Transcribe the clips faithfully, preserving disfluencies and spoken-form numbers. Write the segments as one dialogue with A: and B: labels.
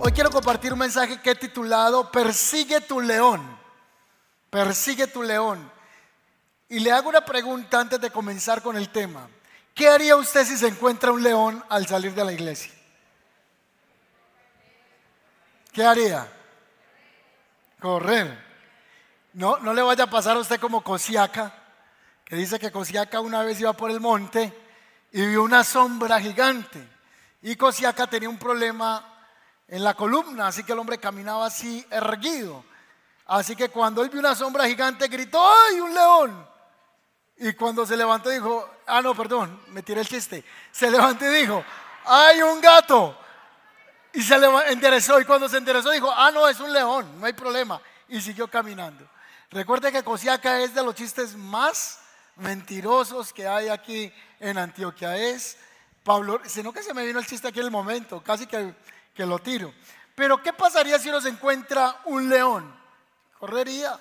A: Hoy quiero compartir un mensaje que he titulado Persigue tu león. Persigue tu león. Y le hago una pregunta antes de comenzar con el tema. ¿Qué haría usted si se encuentra un león al salir de la iglesia? ¿Qué haría? Correr. No, no le vaya a pasar a usted como Cosiaca, que dice que Cosiaca una vez iba por el monte y vio una sombra gigante. Y Cosiaca tenía un problema en la columna, así que el hombre caminaba así erguido. Así que cuando él vio una sombra gigante gritó: ¡ay, un león! Y cuando se levantó dijo, ah no, perdón, me tiré el chiste. Se levantó y dijo, ¡ay, un gato! Y se enderezó, y cuando se enderezó dijo, ah no, es un león, no hay problema. Y siguió caminando. Recuerde que Cosiaca es de los chistes más mentirosos que hay aquí en Antioquia. Es Pablo, sino que se me vino el chiste aquí en el momento, casi que, que lo tiro. Pero ¿qué pasaría si uno se encuentra un león? Correría.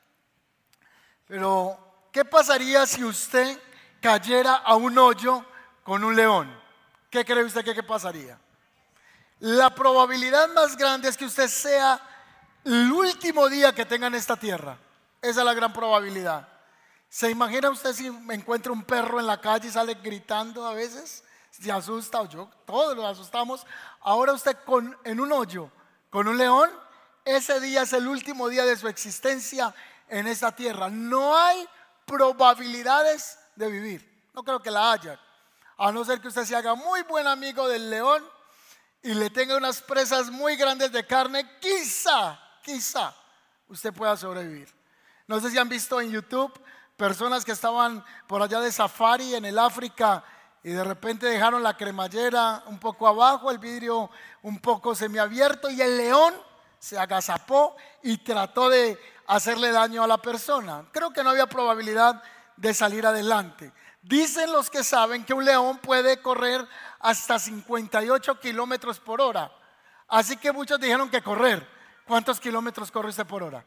A: Pero ¿qué pasaría si usted cayera a un hoyo con un león? ¿Qué cree usted que qué pasaría? La probabilidad más grande es que usted sea el último día que tenga en esta tierra. Esa es la gran probabilidad. ¿Se imagina usted si me encuentra un perro en la calle y sale gritando a veces? Se asusta, o yo, todos nos asustamos. Ahora usted con, en un hoyo con un león, ese día es el último día de su existencia en esta tierra. No hay probabilidades de vivir. No creo que la haya. A no ser que usted se haga muy buen amigo del león y le tenga unas presas muy grandes de carne, quizá, quizá usted pueda sobrevivir. No sé si han visto en YouTube personas que estaban por allá de safari en el África y de repente dejaron la cremallera un poco abajo, el vidrio un poco semiabierto y el león se agazapó y trató de hacerle daño a la persona. Creo que no había probabilidad de salir adelante. Dicen los que saben que un león puede correr hasta cincuenta y ocho kilómetros por hora. Así que muchos dijeron que correr. ¿Cuántos kilómetros corre usted por hora?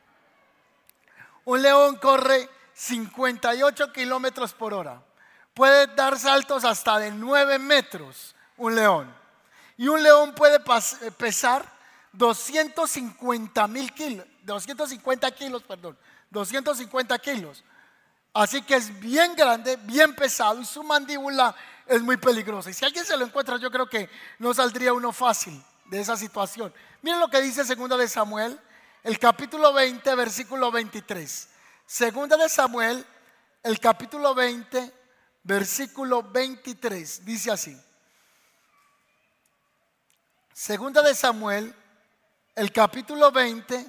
A: Un león corre cincuenta y ocho kilómetros por hora. Puede dar saltos hasta de nueve metros un león. Y un león puede pesar doscientos cincuenta mil kilos, doscientos cincuenta kilos, perdón, doscientos cincuenta kilos. Así que es bien grande, bien pesado y su mandíbula es muy peligrosa. Y si alguien se lo encuentra, yo creo que no saldría uno fácil de esa situación. Miren lo que dice Segunda de Samuel, el capítulo veinte, versículo veintitrés. Segunda de Samuel, el capítulo veinte, versículo veintitrés. Dice así. Segunda de Samuel, el capítulo veinte,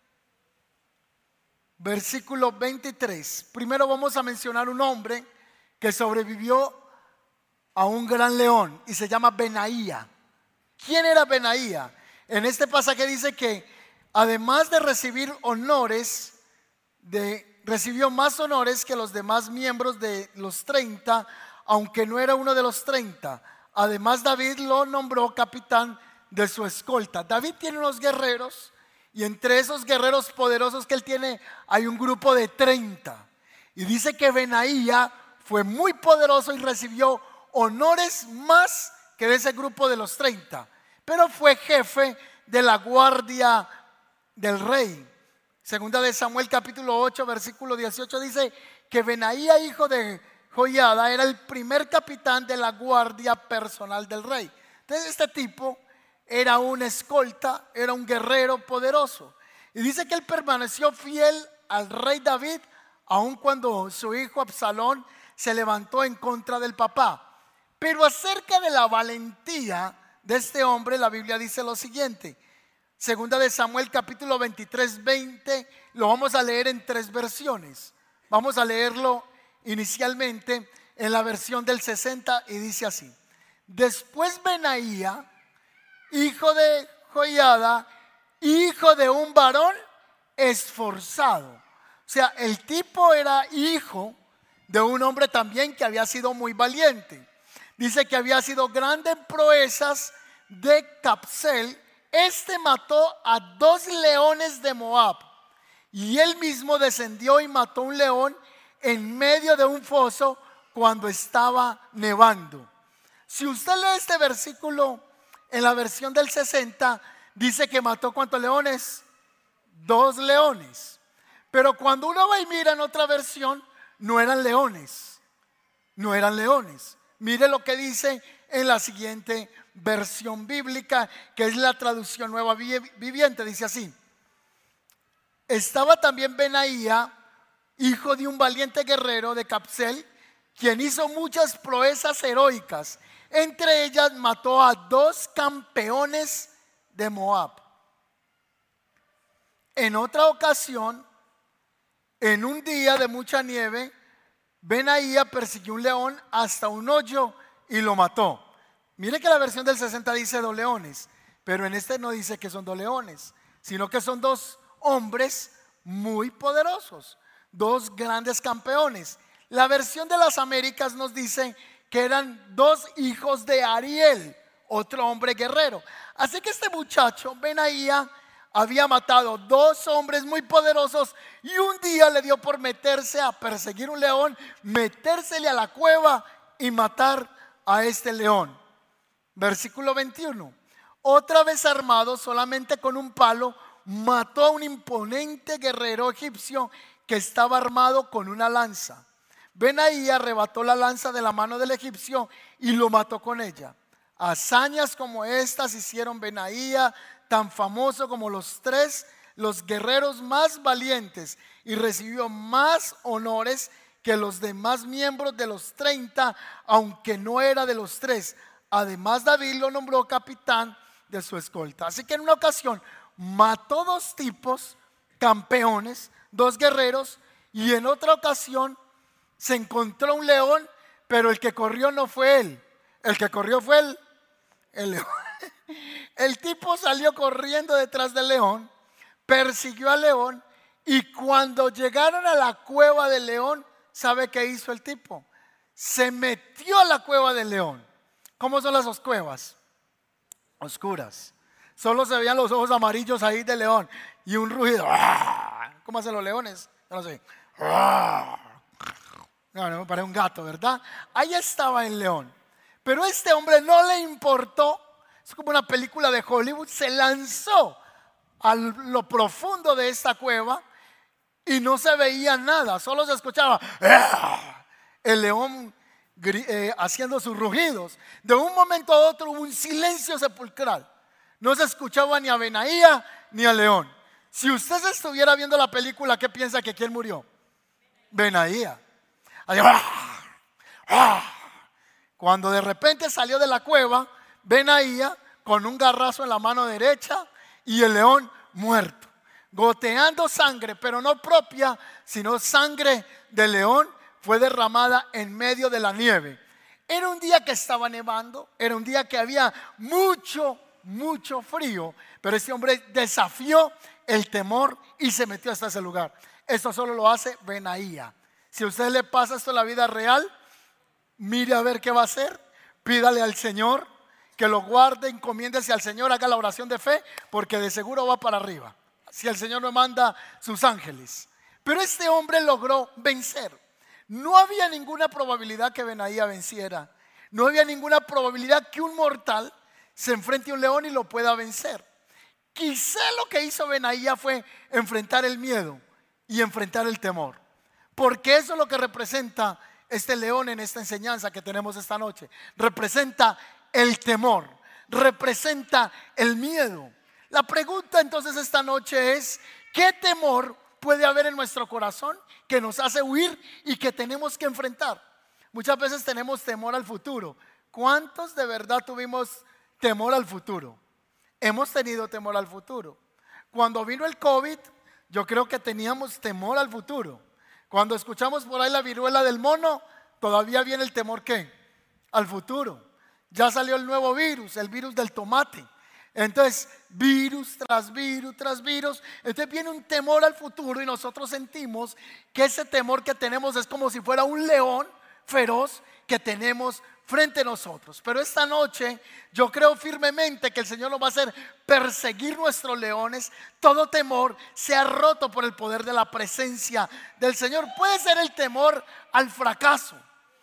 A: versículo veintitrés. Primero vamos a mencionar un hombre que sobrevivió a un gran león y se llama Benaía. ¿Quién era Benaía? En este pasaje dice que además de recibir honores, de, recibió más honores que los demás miembros de los treinta, aunque no era uno de los treinta. Además, David lo nombró capitán de su escolta. David tiene unos guerreros y entre esos guerreros poderosos que él tiene hay un grupo de treinta. Y dice que Benaía fue muy poderoso y recibió honores más que de ese grupo de los treinta. Pero fue jefe de la guardia del rey. Segunda de Samuel capítulo ocho versículo dieciocho dice que Benaía, hijo de Joiada, era el primer capitán de la guardia personal del rey. Entonces este tipo era un escolta, era un guerrero poderoso. Y dice que él permaneció fiel al rey David, aun cuando su hijo Absalón se levantó en contra del papá. Pero acerca de la valentía de este hombre, la Biblia dice lo siguiente. Segunda de Samuel capítulo veintitrés, veinte, lo vamos a leer en tres versiones. Vamos a leerlo inicialmente en la versión del sesenta y dice así. Después Benaía, hijo de Joiada, hijo de un varón esforzado. O sea, el tipo era hijo de un hombre también que había sido muy valiente. Dice que había sido grande en proezas de Capsel. Este mató a dos leones de Moab y él mismo descendió y mató un león en medio de un foso cuando estaba nevando. Si usted lee este versículo en la versión del sesenta, dice que mató ¿cuántos leones? Dos leones. Pero cuando uno va y mira en otra versión, no eran leones, no eran leones. Mire lo que dice en la siguiente versión bíblica, que es la traducción nueva viviente. Dice así: estaba también Benaía, hijo de un valiente guerrero de Capsel, quien hizo muchas proezas heroicas. Entre ellas mató a dos campeones de Moab. En otra ocasión, en un día de mucha nieve, Benaía persiguió un león hasta un hoyo y lo mató. Mire que la versión del sesenta dice dos leones, pero en este no dice que son dos leones, sino que son dos hombres muy poderosos, dos grandes campeones. La versión de las Américas nos dice que eran dos hijos de Ariel, otro hombre guerrero. Así que este muchacho, Benaía, había matado dos hombres muy poderosos y un día le dio por meterse a perseguir un león, metérsele a la cueva y matar a este león. Versículo veintiuno. Otra vez armado solamente con un palo, mató a un imponente guerrero egipcio que estaba armado con una lanza. Benaía arrebató la lanza de la mano del egipcio y lo mató con ella. Hazañas como estas hicieron Benaía tan famoso como los tres, los guerreros más valientes, y recibió más honores que los demás miembros de los treinta, aunque no era de los tres. Además, David lo nombró capitán de su escolta. Así que en una ocasión mató dos tipos, campeones, dos guerreros, y en otra ocasión se encontró un león, pero el que corrió no fue él, el que corrió fue el, el león. El tipo salió corriendo detrás del león, persiguió al león, y cuando llegaron a la cueva del león, ¿sabe qué hizo el tipo? Se metió a la cueva del león. ¿Cómo son las cuevas? Oscuras. Solo se veían los ojos amarillos ahí del león y un rugido. ¿Cómo hacen los leones? No sé. No, no, me parece un gato, ¿verdad? Ahí estaba el león. Pero a este hombre no le importó. Es como una película de Hollywood. Se lanzó a lo profundo de esta cueva y no se veía nada. Solo se escuchaba el león eh, haciendo sus rugidos. De un momento a otro hubo un silencio sepulcral. No se escuchaba ni a Benaía ni al león. Si usted se estuviera viendo la película, ¿qué piensa que quién murió? Benaía. Cuando de repente salió de la cueva, Benaía con un garrazo en la mano derecha y el león muerto, goteando sangre, pero no propia, sino sangre del león, fue derramada en medio de la nieve. Era un día que estaba nevando, era un día que había mucho, mucho frío, pero este hombre desafió el temor y se metió hasta ese lugar. Esto solo lo hace Benaía. Si a usted le pasa esto en la vida real, mire a ver qué va a hacer, pídale al Señor que lo guarde, encomiéndese al Señor, haga la oración de fe, porque de seguro va para arriba, si el Señor no manda sus ángeles. Pero este hombre logró vencer. No había ninguna probabilidad que Benaía venciera. No había ninguna probabilidad que un mortal se enfrente a un león y lo pueda vencer. Quizá lo que hizo Benaía fue enfrentar el miedo y enfrentar el temor, porque eso es lo que representa este león en esta enseñanza que tenemos esta noche. Representa el temor, representa el miedo. La pregunta entonces esta noche es: ¿qué temor puede haber en nuestro corazón que nos hace huir y que tenemos que enfrentar? Muchas veces tenemos temor al futuro. ¿Cuántos de verdad tuvimos temor al futuro? Hemos tenido temor al futuro. Cuando vino el COVID, yo creo que teníamos temor al futuro. Cuando escuchamos por ahí la viruela del mono, todavía viene el temor ¿qué? Al futuro. Ya salió el nuevo virus, el virus del tomate. Entonces, virus tras virus tras virus. Entonces viene un temor al futuro y nosotros sentimos que ese temor que tenemos es como si fuera un león feroz que tenemos frente a nosotros. Pero esta noche yo creo firmemente que el Señor nos va a hacer perseguir nuestros leones. Todo temor se ha roto por el poder de la presencia del Señor. Puede ser el temor al fracaso.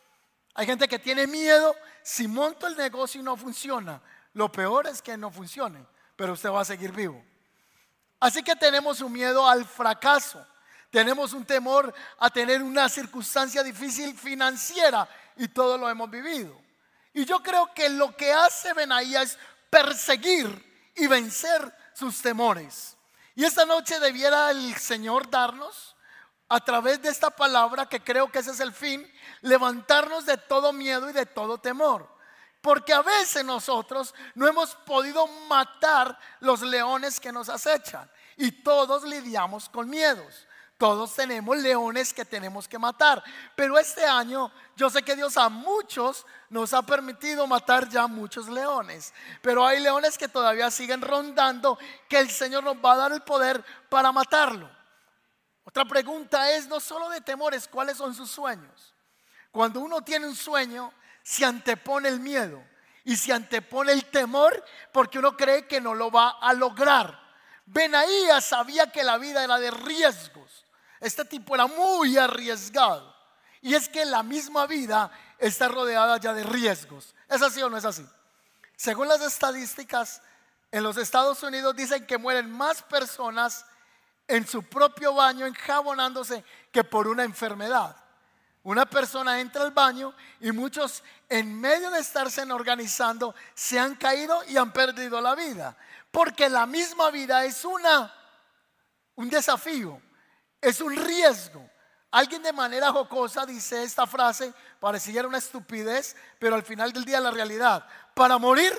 A: Hay gente que tiene miedo. Si monto el negocio y no funciona, lo peor es que no funcione. pero usted va a seguir vivo. Así que tenemos un miedo al fracaso, tenemos un temor a tener una circunstancia difícil financiera, y todo lo hemos vivido. Y yo creo que lo que hace Benaía es perseguir y vencer sus temores. Y esta noche debiera el Señor darnos, a través de esta palabra, que creo que ese es el fin, levantarnos de todo miedo y de todo temor. Porque a veces nosotros no hemos podido matar los leones que nos acechan, y todos lidiamos con miedos. Todos tenemos leones que tenemos que matar. Pero este año yo sé que Dios a muchos nos ha permitido matar ya muchos leones. Pero hay leones que todavía siguen rondando, que el Señor nos va a dar el poder para matarlo. Otra pregunta es no solo de temores, ¿cuáles son sus sueños? Cuando uno tiene un sueño, se antepone el miedo y se antepone el temor, porque uno cree que no lo va a lograr. Benaía sabía que la vida era de riesgos. Este tipo era muy arriesgado. Y es que la misma vida está rodeada ya de riesgos. ¿Es así o no es así? Según las estadísticas, en los Estados Unidos dicen que mueren más personas en su propio baño enjabonándose que por una enfermedad. Una persona entra al baño y muchos, en medio de estarse organizando, se han caído y han perdido la vida. Porque la misma vida es una, un desafío, es un riesgo. Alguien de manera jocosa dice esta frase, pareciera una estupidez, pero al final del día la realidad: para morir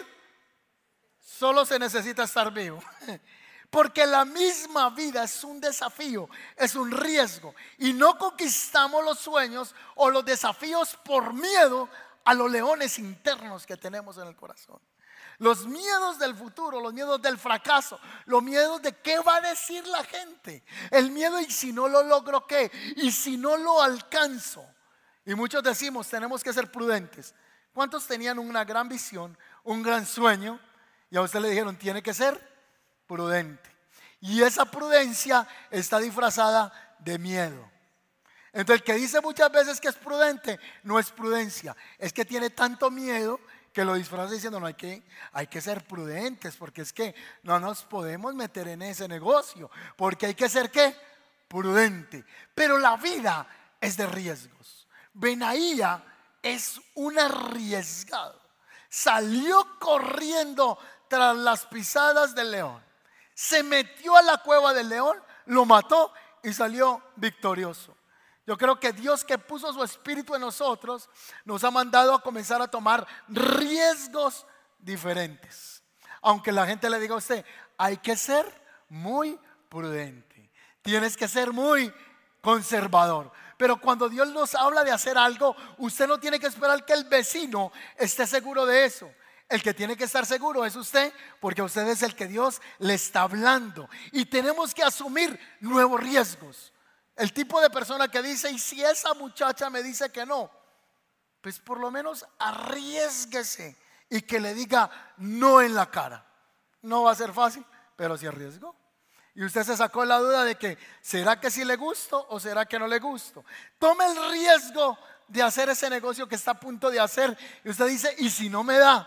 A: solo se necesita estar vivo. Porque la misma vida es un desafío, es un riesgo. Y no conquistamos los sueños o los desafíos por miedo a los leones internos que tenemos en el corazón. Los miedos del futuro, los miedos del fracaso, los miedos de qué va a decir la gente. El miedo, y si no lo logro, ¿qué? Y si no lo alcanzo. Y muchos decimos, tenemos que ser prudentes. ¿Cuántos tenían una gran visión, un gran sueño, y a usted le dijeron, tiene que ser prudente? Y esa prudencia está disfrazada de miedo. Entonces el que dice muchas veces que es prudente, no es prudencia, es que tiene tanto miedo que lo disfraza diciendo, no, hay que, hay que ser prudentes, porque es que no nos podemos meter en ese negocio, porque hay que ser ¿qué? Prudente. Pero la vida es de riesgos. Benaía es un arriesgado. Salió corriendo tras las pisadas del león. Se metió a la cueva del león, lo mató y salió victorioso. Yo creo que Dios, que puso su espíritu en nosotros, nos ha mandado a comenzar a tomar riesgos diferentes. Aunque la gente le diga a usted, hay que ser muy prudente, tienes que ser muy conservador. Pero cuando Dios nos habla de hacer algo, usted no tiene que esperar que el vecino esté seguro de eso. El que tiene que estar seguro es usted, porque usted es el que Dios le está hablando. Y tenemos que asumir nuevos riesgos. El tipo de persona que dice, y si esa muchacha me dice que no, pues por lo menos arriésguese y que le diga no en la cara. No va a ser fácil, pero sí arriesgó. Y usted se sacó la duda de que ¿será que sí le gusto o será que no le gusto? Tome el riesgo de hacer ese negocio que está a punto de hacer. Y usted dice, y si no me da,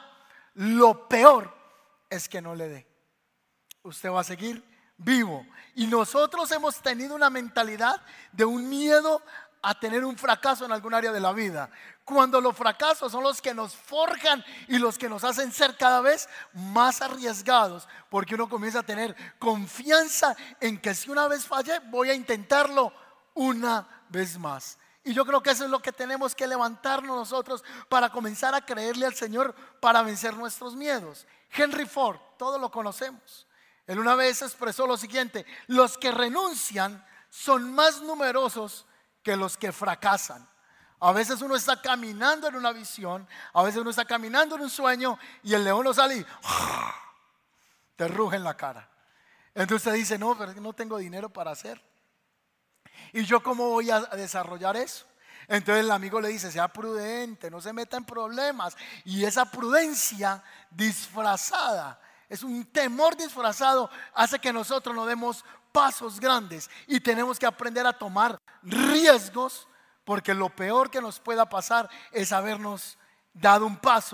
A: lo peor es que no le dé. Usted va a seguir vivo. Y nosotros hemos tenido una mentalidad de un miedo a tener un fracaso en algún área de la vida, cuando los fracasos son los que nos forjan y los que nos hacen ser cada vez más arriesgados, porque uno comienza a tener confianza en que si una vez fallé, voy a intentarlo una vez más. Y yo creo que eso es lo que tenemos que levantarnos nosotros para comenzar a creerle al Señor para vencer nuestros miedos. Henry Ford, todos lo conocemos. Él una vez expresó lo siguiente: los que renuncian son más numerosos que los que fracasan. A veces uno está caminando en una visión, a veces uno está caminando en un sueño y el león no sale y te ruge en la cara. Entonces usted dice, no, pero no tengo dinero para hacer. ¿Y yo cómo voy a desarrollar eso? Entonces el amigo le dice, sea prudente, no se meta en problemas. Y esa prudencia disfrazada, es un temor disfrazado, hace que nosotros no demos pasos grandes. Y tenemos que aprender a tomar riesgos, porque lo peor que nos pueda pasar es habernos dado un paso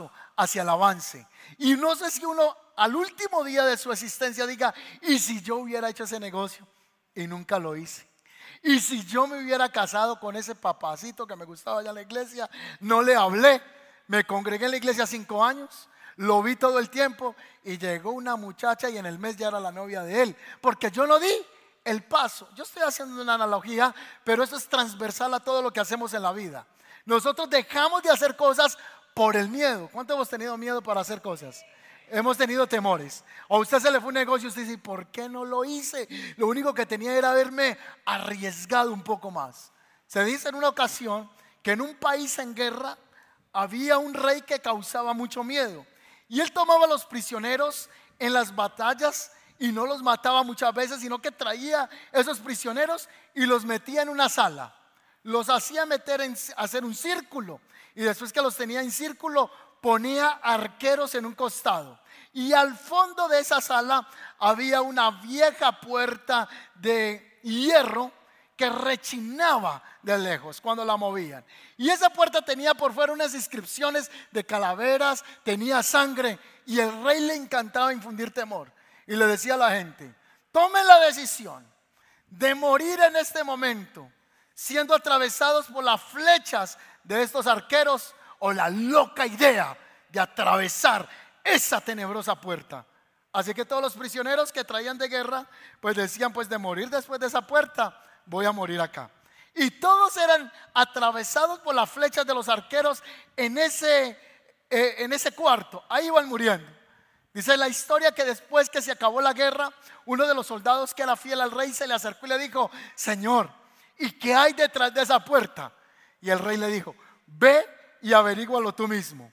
A: hacia el avance. Y no sé si uno al último día de su existencia diga, ¿y si yo hubiera hecho ese negocio? Y nunca lo hice. Y si yo me hubiera casado con ese papacito que me gustaba allá en la iglesia, no le hablé, me congregué en la iglesia cinco años, lo vi todo el tiempo y llegó una muchacha y en el mes ya era la novia de él, porque yo no di el paso. Yo estoy haciendo una analogía, pero eso es transversal a todo lo que hacemos en la vida. Nosotros dejamos de hacer cosas por el miedo. ¿Cuánto hemos tenido miedo para hacer cosas? Hemos tenido temores. O a usted se le fue un negocio y usted dice, ¿por qué no lo hice? Lo único que tenía era haberme arriesgado un poco más. Se dice en una ocasión que en un país en guerra había un rey que causaba mucho miedo. Y él tomaba a los prisioneros en las batallas y no los mataba muchas veces, sino que traía esos prisioneros y los metía en una sala. Los hacía meter en hacer un círculo. Y después que los tenía en círculo, ponía arqueros en un costado. Y al fondo de esa sala había una vieja puerta de hierro que rechinaba de lejos cuando la movían. Y esa puerta tenía por fuera unas inscripciones de calaveras, tenía sangre. Y el rey le encantaba infundir temor. Y le decía a la gente, tomen la decisión de morir en este momento, siendo atravesados por las flechas de estos arqueros, o la loca idea de atravesar esa tenebrosa puerta. Así que todos los prisioneros que traían de guerra, pues decían, pues de morir después de esa puerta, voy a morir acá. Y todos eran atravesados por las flechas de los arqueros en ese, eh, en ese cuarto. Ahí iban muriendo. Dice la historia que después que se acabó la guerra, uno de los soldados que era fiel al rey se le acercó y le dijo, Señor, ¿y qué hay detrás de esa puerta? Y el rey le dijo, ve y averígualo tú mismo.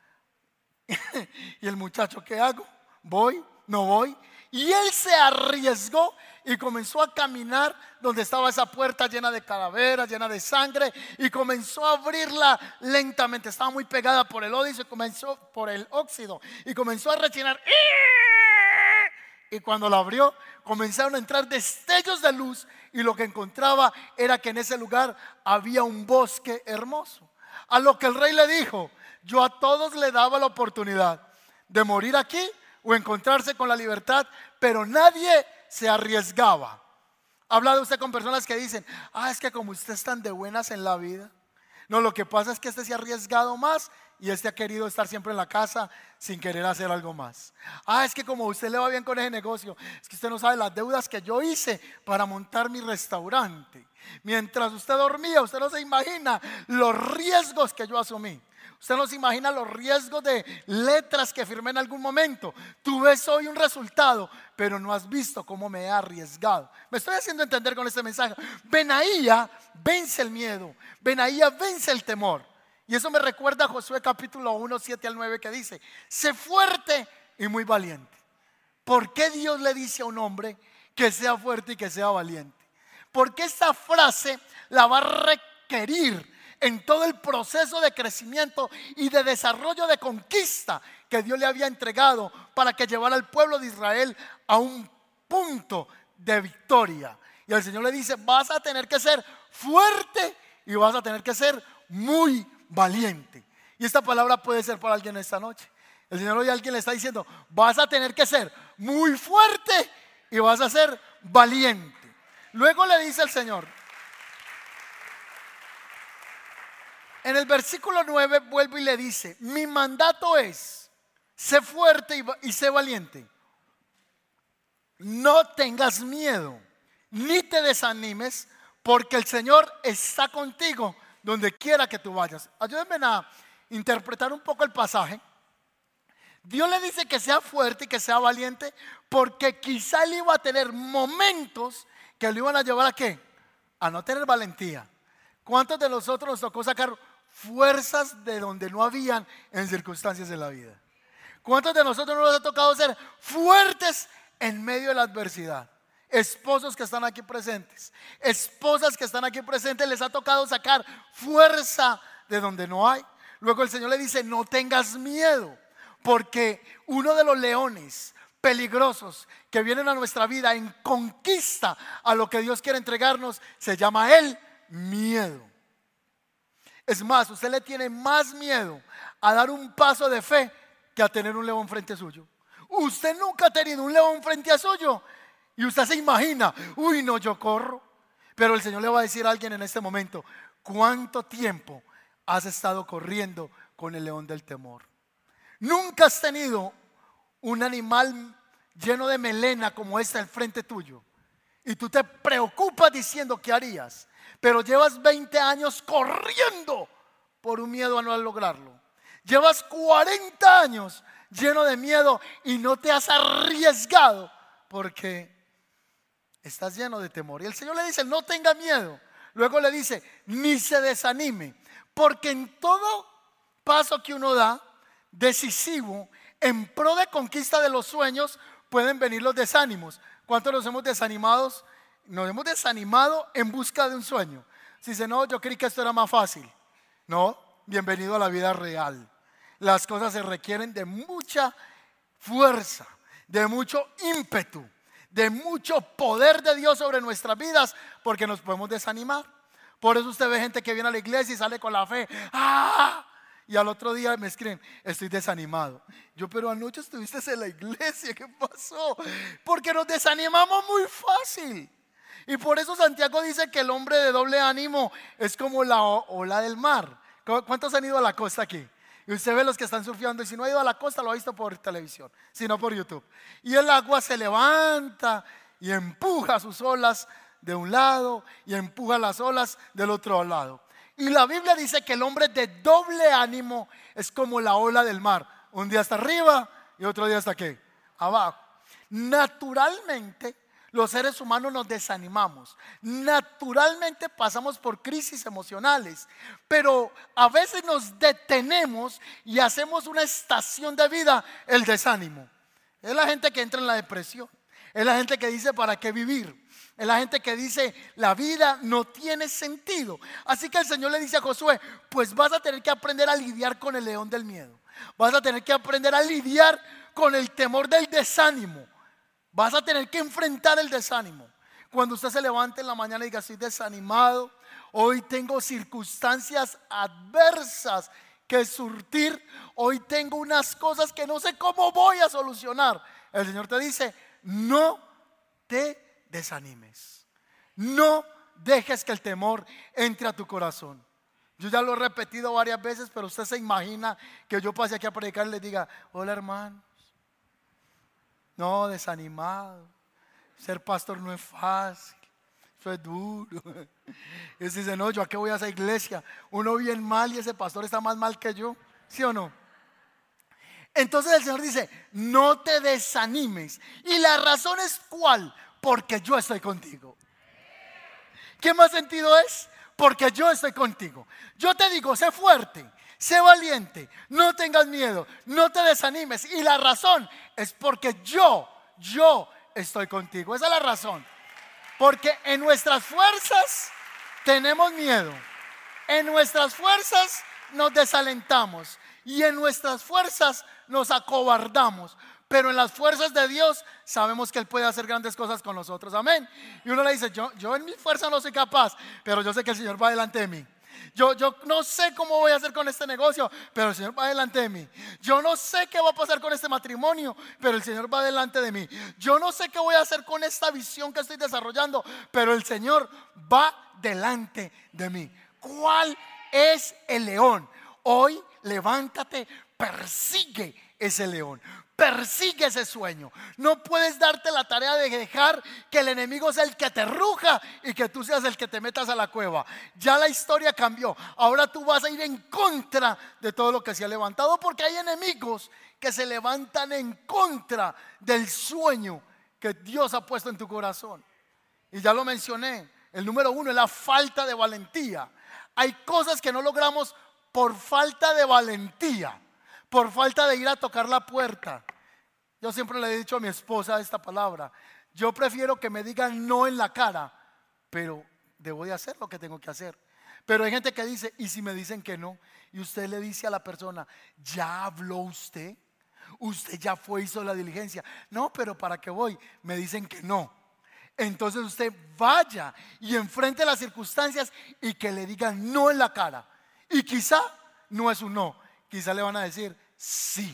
A: Y el muchacho, ¿qué hago? ¿Voy? ¿No voy? Y él se arriesgó y comenzó a caminar donde estaba esa puerta llena de calaveras, llena de sangre, y comenzó a abrirla lentamente. Estaba muy pegada por el óxido, comenzó por el óxido y comenzó a rechinar. Y cuando la abrió, comenzaron a entrar destellos de luz, y lo que encontraba era que en ese lugar había un bosque hermoso. A lo que el rey le dijo, yo a todos le daba la oportunidad de morir aquí o encontrarse con la libertad, pero nadie se arriesgaba. ¿Ha hablado usted con personas que dicen, ah, es que como usted es tan de buenas en la vida? No, lo que pasa es que este se ha arriesgado más y este ha querido estar siempre en la casa sin querer hacer algo más. Ah, es que como a usted le va bien con ese negocio, es que usted no sabe las deudas que yo hice para montar mi restaurante. Mientras usted dormía, usted no se imagina los riesgos que yo asumí. Usted no se imagina los riesgos de letras que firmé en algún momento. Tú ves hoy un resultado, pero no has visto cómo me he arriesgado. Me estoy haciendo entender con este mensaje. Benaía vence el miedo. Benaía vence el temor. Y eso me recuerda a Josué capítulo uno, siete al nueve, que dice, sé fuerte y muy valiente. ¿Por qué Dios le dice a un hombre que sea fuerte y que sea valiente? Porque esta frase la va a requerir en todo el proceso de crecimiento y de desarrollo de conquista que Dios le había entregado para que llevara al pueblo de Israel a un punto de victoria. Y el Señor le dice, vas a tener que ser fuerte y vas a tener que ser muy valiente. Y esta palabra puede ser para alguien esta noche. El Señor hoy a alguien le está diciendo, vas a tener que ser muy fuerte y vas a ser valiente. Luego le dice el Señor, en el versículo nueve vuelve y le dice, mi mandato es, sé fuerte y, y sé valiente. No tengas miedo, ni te desanimes, porque el Señor está contigo donde quiera que tú vayas. Ayúdenme a interpretar un poco el pasaje. Dios le dice que sea fuerte y que sea valiente, porque quizá él iba a tener momentos que lo iban a llevar a ¿qué? A no tener valentía. ¿Cuántos de nosotros nos tocó sacar fuerzas de donde no habían en circunstancias de la vida? ¿Cuántos de nosotros nos ha tocado ser fuertes en medio de la adversidad? Esposos que están aquí presentes, esposas que están aquí presentes, les ha tocado sacar fuerza de donde no hay. Luego el Señor le dice, no tengas miedo, porque uno de los leones peligrosos que vienen a nuestra vida en conquista a lo que Dios quiere entregarnos se llama el miedo. Es más, usted le tiene más miedo a dar un paso de fe que a tener un león frente suyo. Usted nunca ha tenido un león frente a suyo y usted se imagina, uy, no, yo corro. Pero el Señor le va a decir a alguien en este momento: ¿cuánto tiempo has estado corriendo con el león del temor? Nunca has tenido un animal lleno de melena como este al frente tuyo y tú te preocupas diciendo ¿qué harías? Pero llevas veinte años corriendo por un miedo a no lograrlo. Llevas cuarenta años lleno de miedo y no te has arriesgado porque estás lleno de temor. Y el Señor le dice: no tenga miedo. Luego le dice: ni se desanime, porque en todo paso que uno da decisivo en pro de conquista de los sueños pueden venir los desánimos. ¿Cuántos nos hemos desanimado? Nos hemos desanimado en busca de un sueño. Si dice: no, yo creí que esto era más fácil. No, bienvenido a la vida real. Las cosas se requieren de mucha fuerza, de mucho ímpetu, de mucho poder de Dios sobre nuestras vidas, porque nos podemos desanimar. Por eso usted ve gente que viene a la iglesia y sale con la fe, ¡ah!, y al otro día me escriben: estoy desanimado. Yo: pero anoche estuviste en la iglesia, ¿qué pasó? Porque nos desanimamos muy fácil. Y por eso Santiago dice que el hombre de doble ánimo es como la ola del mar. ¿Cuántos han ido a la costa aquí? Y usted ve los que están surfeando, y si no ha ido a la costa lo ha visto por televisión, sino por YouTube. Y el agua se levanta y empuja sus olas de un lado y empuja las olas del otro lado. Y la Biblia dice que el hombre de doble ánimo es como la ola del mar. Un día está arriba y otro día está ¿qué? Abajo. Naturalmente los seres humanos nos desanimamos. Naturalmente pasamos por crisis emocionales. Pero a veces nos detenemos y hacemos una estación de vida, el desánimo. Es la gente que entra en la depresión. Es la gente que dice: ¿para qué vivir? Es la gente que dice: la vida no tiene sentido. Así que el Señor le dice a Josué: pues vas a tener que aprender a lidiar con el león del miedo. Vas a tener que aprender a lidiar con el temor del desánimo. Vas a tener que enfrentar el desánimo. Cuando usted se levante en la mañana y diga: estoy desanimado, hoy tengo circunstancias adversas que surtir, hoy tengo unas cosas que no sé cómo voy a solucionar. El Señor te dice: no te desanimes. No dejes que el temor entre a tu corazón. Yo ya lo he repetido varias veces, pero usted se imagina que yo pase aquí a predicar y le diga: hola hermanos. No, desanimado. Ser pastor no es fácil, eso es duro. Y usted dice: no, yo a qué voy a esa iglesia, uno bien mal y ese pastor está más mal que yo. ¿Sí o no? Entonces el Señor dice: no te desanimes. Y la razón es ¿cuál? Porque yo estoy contigo. ¿Qué más sentido es? Porque yo estoy contigo. Yo te digo: sé fuerte, sé valiente, no tengas miedo, no te desanimes. Y la razón es porque yo, yo estoy contigo. Esa es la razón. Porque en nuestras fuerzas tenemos miedo. En nuestras fuerzas nos desalentamos. Y en nuestras fuerzas nos acobardamos. Pero en las fuerzas de Dios sabemos que Él puede hacer grandes cosas con nosotros. Amén. Y uno le dice: yo, yo en mi fuerza no soy capaz, pero yo sé que el Señor va delante de mí. Yo, yo no sé cómo voy a hacer con este negocio, pero el Señor va delante de mí. Yo no sé qué va a pasar con este matrimonio, pero el Señor va delante de mí. Yo no sé qué voy a hacer con esta visión que estoy desarrollando, pero el Señor va delante de mí. ¿Cuál es el león? Hoy levántate, persigue ese león. Persigue ese sueño. No puedes darte la tarea de dejar que el enemigo sea el que te ruja y que tú seas el que te metas a la cueva. Ya la historia cambió. Ahora tú vas a ir en contra de todo lo que se ha levantado, porque hay enemigos que se levantan en contra del sueño que Dios ha puesto en tu corazón. Y ya lo mencioné. El número uno es la falta de valentía. Hay cosas que no logramos por falta de valentía, por falta de ir a tocar la puerta. Yo siempre le he dicho a mi esposa esta palabra: yo prefiero que me digan no en la cara, pero debo de hacer lo que tengo que hacer. Pero hay gente que dice: ¿y si me dicen que no? Y usted le dice a la persona: ¿ya habló usted? ¿Usted ya fue, hizo la diligencia? No, pero ¿para qué voy? Me dicen que no. Entonces usted vaya y enfrente las circunstancias y que le digan no en la cara. Y quizá no es un no, quizá le van a decir sí.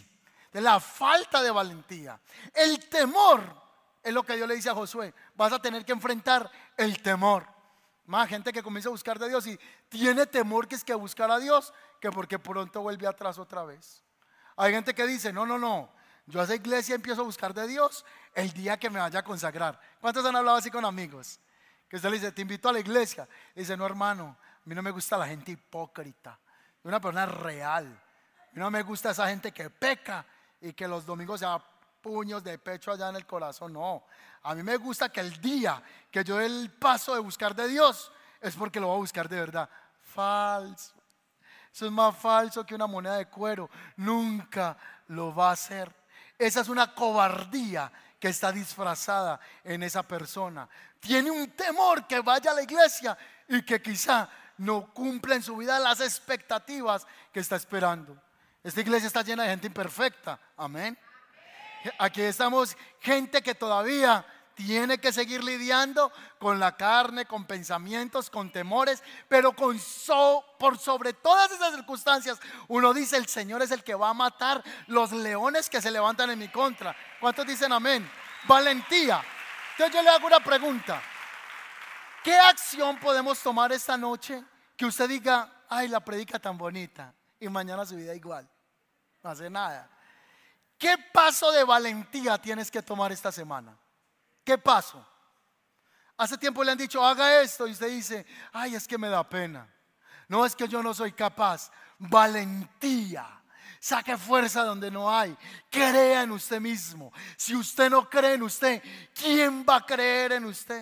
A: De la falta de valentía. El temor es lo que Dios le dice a Josué. Vas a tener que enfrentar el temor. Más gente que comienza a buscar de Dios y tiene temor que es que buscar a Dios, que porque pronto vuelve atrás otra vez. Hay gente que dice, no, no, no, yo a esa iglesia empiezo a buscar de Dios el día que me vaya a consagrar. ¿Cuántos han hablado así con amigos? Que usted le dice, te invito a la iglesia. Y dice, no, hermano, a mí no me gusta la gente hipócrita, una persona real. A mí no me gusta esa gente que peca y que los domingos se da puños de pecho allá en el corazón. No, a mí me gusta que el día que yo dé el paso de buscar de Dios es porque lo voy a buscar de verdad. Falso. Eso es más falso que una moneda de cuero. Nunca lo va a hacer. Esa es una cobardía que está disfrazada en esa persona. Tiene un temor que vaya a la iglesia y que quizá no cumpla en su vida las expectativas que está esperando. Esta iglesia está llena de gente imperfecta. Amén. Aquí estamos gente que todavía tiene que seguir lidiando con la carne, con pensamientos, con temores, pero con so, por sobre todas esas circunstancias uno dice, el Señor es el que va a matar los leones que se levantan en mi contra. ¿Cuántos dicen amén? Valentía. Entonces yo le hago una pregunta. ¿Qué acción podemos tomar esta noche que usted diga, ay, la predica tan bonita, y mañana su vida igual? No hace nada. ¿Qué paso de valentía tienes que tomar esta semana? ¿Qué paso? Hace tiempo le han dicho, haga esto, y usted dice, ay, es que me da pena. No, es que yo no soy capaz. Valentía. Saque fuerza donde no hay. Crea en usted mismo. Si usted no cree en usted, ¿quién va a creer en usted?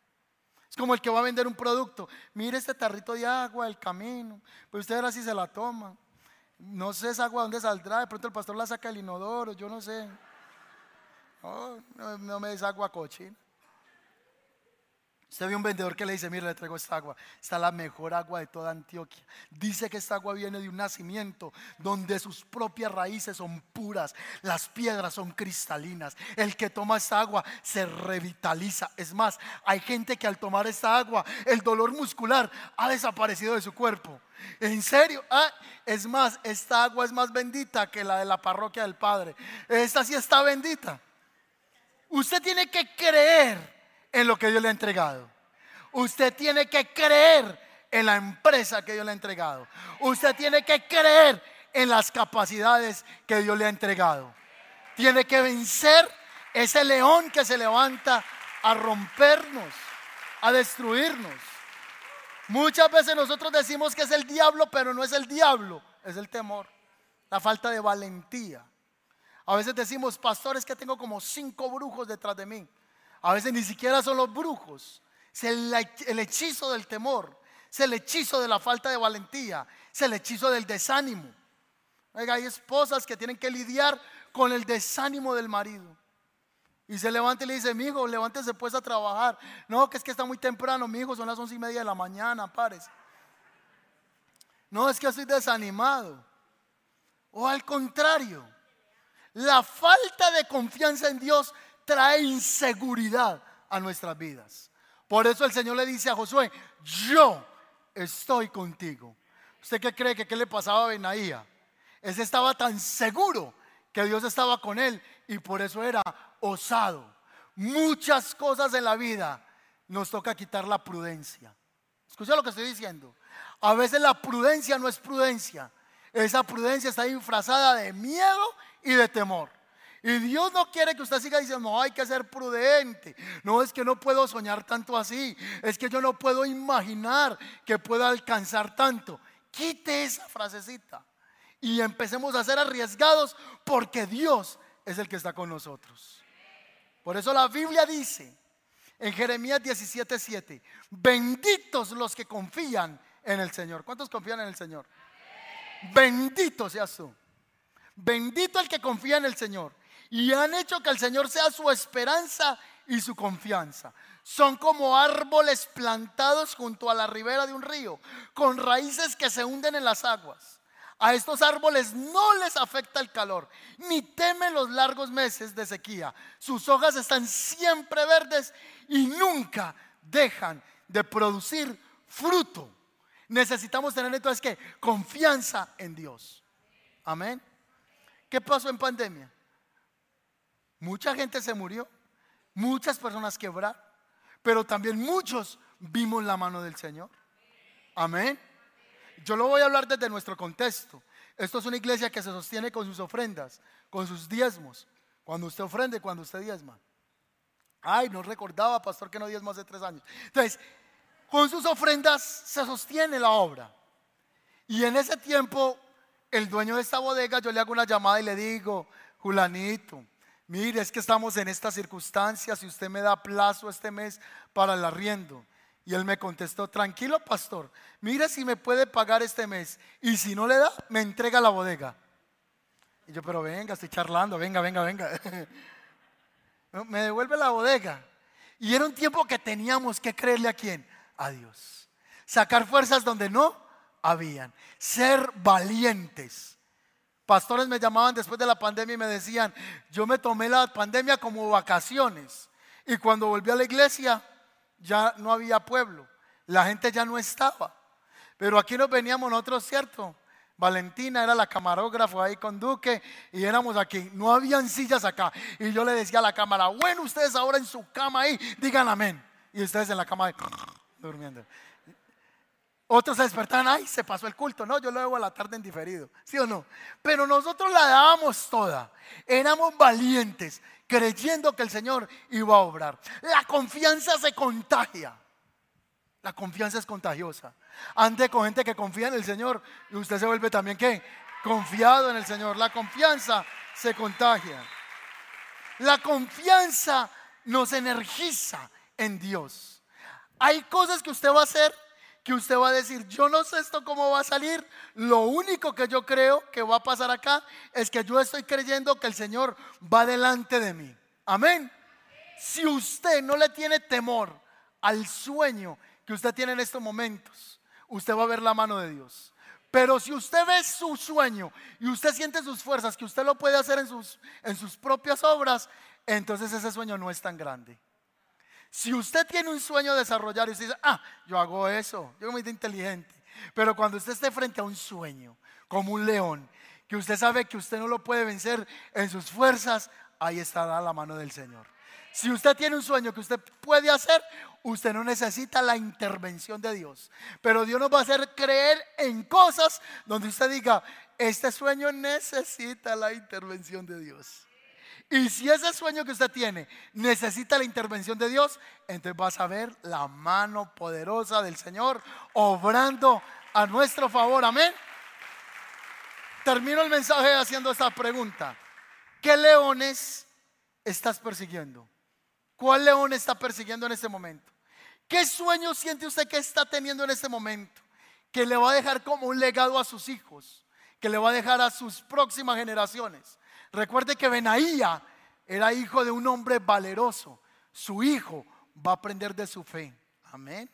A: Es como el que va a vender un producto. Mire este tarrito de agua del camino, pues usted verá si se la toma. No sé esa agua dónde saldrá. De pronto el pastor la saca del inodoro, yo no sé. Oh, no, no me des agua cochina. Usted ve un vendedor que le dice, mire, le traigo esta agua, esta es la mejor agua de toda Antioquia. Dice que esta agua viene de un nacimiento donde sus propias raíces son puras, las piedras son cristalinas. El que toma esta agua se revitaliza. Es más, hay gente que al tomar esta agua el dolor muscular ha desaparecido de su cuerpo. ¿En serio? Ah, es más, esta agua es más bendita que la de la parroquia del Padre. Esta sí está bendita. Usted tiene que creer en lo que Dios le ha entregado. Usted tiene que creer en la empresa que Dios le ha entregado. Usted tiene que creer en las capacidades que Dios le ha entregado. Tiene que vencer ese león que se levanta a rompernos, a destruirnos. Muchas veces nosotros decimos que es el diablo, pero no es el diablo, es el temor, la falta de valentía. A veces decimos, pastores, que tengo como cinco brujos detrás de mí. A veces ni siquiera son los brujos. Es el, el hechizo del temor, es el hechizo de la falta de valentía, es el hechizo del desánimo. Oiga, hay esposas que tienen que lidiar con el desánimo del marido. Y se levanta y le dice, mi hijo, levántese pues a trabajar. No, que es que está muy temprano, mi hijo, son las once y media de la mañana, párese. No, es que estoy desanimado. O al contrario, la falta de confianza en Dios trae inseguridad a nuestras vidas. Por eso el Señor le dice a Josué, yo estoy contigo. ¿Usted qué cree que qué le pasaba a Benaía? Ese estaba tan seguro que Dios estaba con él y por eso era osado. Muchas cosas en la vida nos toca quitar la prudencia. Escucha lo que estoy diciendo. A veces la prudencia no es prudencia. Esa prudencia está disfrazada de miedo y de temor. Y Dios no quiere que usted siga diciendo, no, hay que ser prudente. No, es que no puedo soñar tanto así. Es que yo no puedo imaginar que pueda alcanzar tanto. Quite esa frasecita y empecemos a ser arriesgados, porque Dios es el que está con nosotros. Por eso la Biblia dice en Jeremías diecisiete siete, benditos los que confían en el Señor. ¿Cuántos confían en el Señor? Bendito seas tú. Bendito el que confía en el Señor. Y han hecho que el Señor sea su esperanza y su confianza. Son como árboles plantados junto a la ribera de un río, con raíces que se hunden en las aguas. A estos árboles no les afecta el calor, ni temen los largos meses de sequía. Sus hojas están siempre verdes y nunca dejan de producir fruto. Necesitamos tener entonces que confianza en Dios. Amén. ¿Qué pasó en pandemia? Mucha gente se murió, muchas personas quebraron, pero también muchos vimos la mano del Señor. Amén. Yo lo voy a hablar desde nuestro contexto. Esto es una iglesia que se sostiene con sus ofrendas, con sus diezmos. Cuando usted ofrende, cuando usted diezma. Ay, no recordaba, pastor, que no diezmo hace tres años. Entonces, con sus ofrendas se sostiene la obra. Y en ese tiempo, el dueño de esta bodega, yo le hago una llamada y le digo: Julanito, mire, es que estamos en estas circunstancias y usted me da plazo este mes para el arriendo. Y él me contestó: tranquilo, pastor, mire si me puede pagar este mes, y si no le da, me entrega la bodega. Y yo: pero venga, estoy charlando, venga, venga, venga. Me devuelve la bodega. Y era un tiempo que teníamos que creerle a quién, a Dios. Sacar fuerzas donde no habían, ser valientes. Pastores me llamaban después de la pandemia y me decían: yo me tomé la pandemia como vacaciones, y cuando volví a la iglesia ya no había pueblo, la gente ya no estaba. Pero aquí nos veníamos nosotros, ¿cierto? Valentina era la camarógrafa ahí con Duque, y éramos aquí, no habían sillas acá. Y yo le decía a la cámara: bueno, ustedes ahora en su cama ahí, digan amén. Y ustedes en la cama ahí, durmiendo. Otros se despertaban: ay, se pasó el culto. No, yo lo hago a la tarde en diferido, ¿sí o no? Pero nosotros la dábamos toda. Éramos valientes, creyendo que el Señor iba a obrar. La confianza se contagia. La confianza es contagiosa. Ande con gente que confía en el Señor y usted se vuelve también, ¿qué? Confiado en el Señor. La confianza se contagia. La confianza nos energiza en Dios. Hay cosas que usted va a hacer, que usted va a decir: yo no sé esto cómo va a salir. Lo único que yo creo que va a pasar acá es que yo estoy creyendo que el Señor va delante de mí. Amén. Si usted no le tiene temor al sueño que usted tiene en estos momentos, usted va a ver la mano de Dios. Pero si usted ve su sueño y usted siente sus fuerzas, que usted lo puede hacer en sus, en sus propias obras, entonces ese sueño no es tan grande. Si usted tiene un sueño a desarrollar y usted dice: ah, yo hago eso, yo soy muy inteligente. Pero cuando usted esté frente a un sueño, como un león, que usted sabe que usted no lo puede vencer en sus fuerzas, ahí estará la mano del Señor. Si usted tiene un sueño que usted puede hacer, usted no necesita la intervención de Dios. Pero Dios nos va a hacer creer en cosas donde usted diga: este sueño necesita la intervención de Dios. Y si ese sueño que usted tiene necesita la intervención de Dios, entonces vas a ver la mano poderosa del Señor obrando a nuestro favor. Amén. Termino el mensaje haciendo esta pregunta: ¿qué leones estás persiguiendo? ¿Cuál león está persiguiendo en este momento? ¿Qué sueño siente usted que está teniendo en este momento, que le va a dejar como un legado a sus hijos, que le va a dejar a sus próximas generaciones? Recuerde que Benaía era hijo de un hombre valeroso. Su hijo va a aprender de su fe. Amén.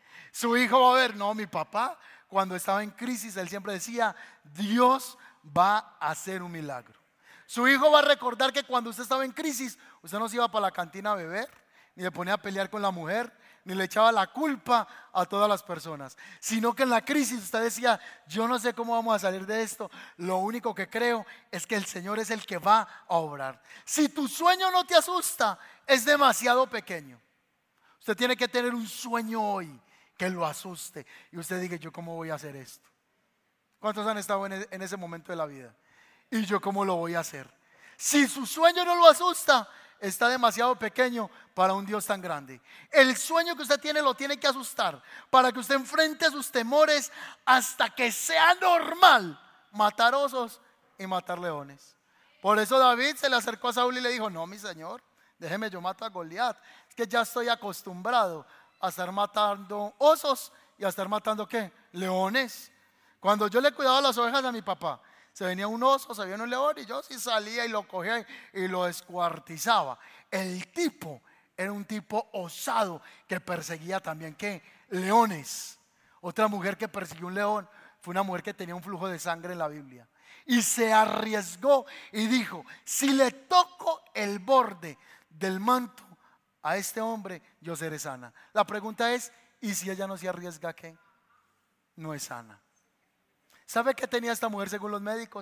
A: Su hijo va a ver: no, mi papá, cuando estaba en crisis, él siempre decía: Dios va a hacer un milagro. Su hijo va a recordar que cuando usted estaba en crisis, usted no se iba para la cantina a beber, ni le ponía a pelear con la mujer, ni le echaba la culpa a todas las personas, sino que en la crisis usted decía: yo no sé cómo vamos a salir de esto, lo único que creo es que el Señor es el que va a obrar. Si tu sueño no te asusta, es demasiado pequeño. Usted tiene que tener un sueño hoy que lo asuste y usted diga: yo cómo voy a hacer esto. ¿Cuántos han estado en ese momento de la vida? ¿Y yo cómo lo voy a hacer? Si su sueño no lo asusta, está demasiado pequeño para un Dios tan grande. El sueño que usted tiene lo tiene que asustar, para que usted enfrente sus temores hasta que sea normal matar osos y matar leones. Por eso David se le acercó a Saúl y le dijo: no, mi señor, déjeme, yo mato a Goliat. Es que ya estoy acostumbrado a estar matando osos y a estar matando ¿qué? Leones. Cuando yo le cuidaba las ovejas a mi papá, se venía un oso, se venía un león, y yo sí salía y lo cogía y lo descuartizaba. El tipo era un tipo osado que perseguía también ¿qué? Leones. Otra mujer que persiguió un león fue una mujer que tenía un flujo de sangre en la Biblia y se arriesgó y dijo: si le toco el borde del manto a este hombre, yo seré sana. La pregunta es: ¿y si ella no se arriesga, qué? No es sana. ¿Sabe qué tenía esta mujer según los médicos?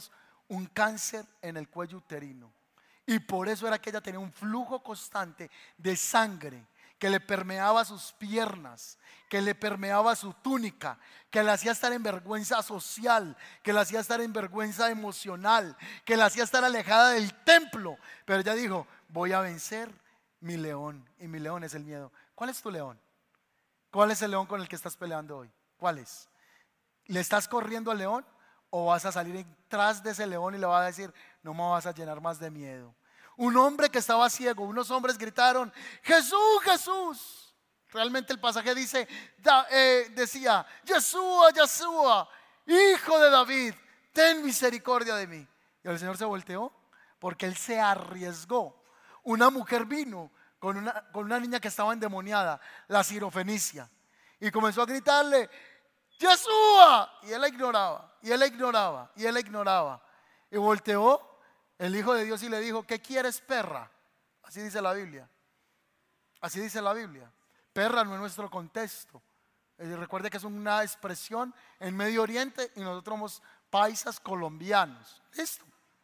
A: un cáncer en el cuello uterino. Y por eso era que ella tenía un flujo constante de sangre que le permeaba sus piernas, que le permeaba su túnica, que le hacía estar en vergüenza social, que le hacía estar en vergüenza emocional, que le hacía estar alejada del templo. Pero ella dijo: voy a vencer mi león, y mi león es el miedo. ¿Cuál es tu león? ¿Cuál es el león con el que estás peleando hoy? ¿Cuál es? ¿Le estás corriendo al león o vas a salir detrás de ese león y le vas a decir: no me vas a llenar más de miedo? Un hombre que estaba ciego, unos hombres gritaron: Jesús, Jesús. Realmente el pasaje dice, da, eh, decía: Yeshua, Yeshua, hijo de David, ten misericordia de mí. Y el Señor se volteó porque él se arriesgó. Una mujer vino con una, con una niña que estaba endemoniada, la sirofenicia, y comenzó a gritarle: Yeshua. Y él la ignoraba, y él la ignoraba, y él la ignoraba. Y volteó el Hijo de Dios y le dijo: ¿qué quieres, perra? Así dice la Biblia. Así dice la Biblia. Perra no es nuestro contexto. Eh, recuerde que es una expresión en Medio Oriente y nosotros somos paisas colombianos. Listo.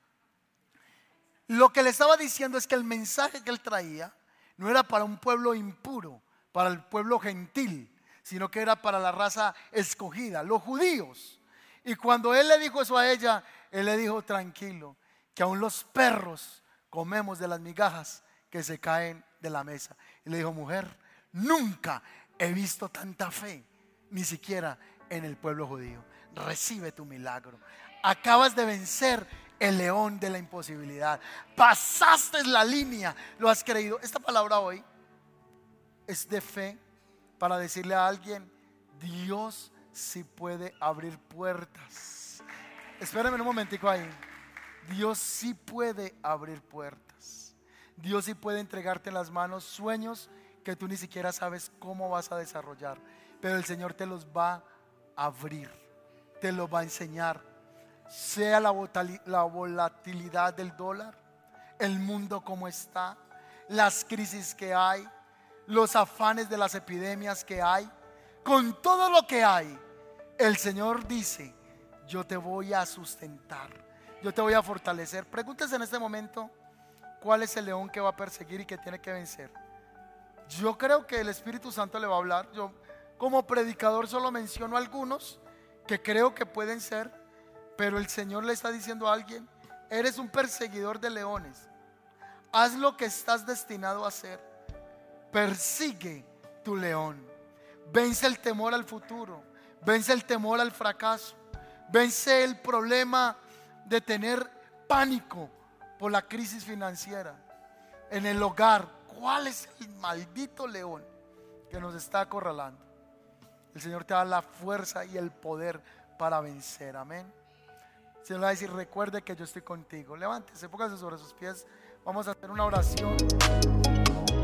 A: Lo que le estaba diciendo es que el mensaje que él traía no era para un pueblo impuro, para el pueblo gentil, sino que era para la raza escogida, los judíos. Y cuando él le dijo eso a ella, él le dijo: tranquilo, que aún los perros comemos de las migajas que se caen de la mesa. Y le dijo: mujer, nunca he visto tanta fe, ni siquiera en el pueblo judío. Recibe tu milagro. Acabas de vencer el león de la imposibilidad. Pasaste la línea, lo has creído. Esta palabra hoy es de fe para decirle a alguien: Dios sí puede abrir puertas. Espérenme un momentico ahí. Dios sí puede abrir puertas. Dios sí puede entregarte en las manos sueños que tú ni siquiera sabes cómo vas a desarrollar, pero el Señor te los va a abrir, te los va a enseñar. Sea la volatilidad del dólar, el mundo como está, las crisis que hay, los afanes de las epidemias que hay, con todo lo que hay, el Señor dice: yo te voy a sustentar, yo te voy a fortalecer. Pregúntese en este momento: ¿cuál es el león que va a perseguir y que tiene que vencer? Yo creo que el Espíritu Santo le va a hablar. Yo como predicador solo menciono algunos que creo que pueden ser, pero el Señor le está diciendo a alguien: eres un perseguidor de leones. Haz lo que estás destinado a hacer. Persigue tu león. Vence el temor al futuro. Vence el temor al fracaso. Vence el problema de tener pánico por la crisis financiera en el hogar. ¿Cuál es el maldito león que nos está acorralando? El Señor te da la fuerza y el poder para vencer. Amén. El Señor le va a decir: recuerde que yo estoy contigo. Levántese, póngase sobre sus pies. Vamos a hacer una oración.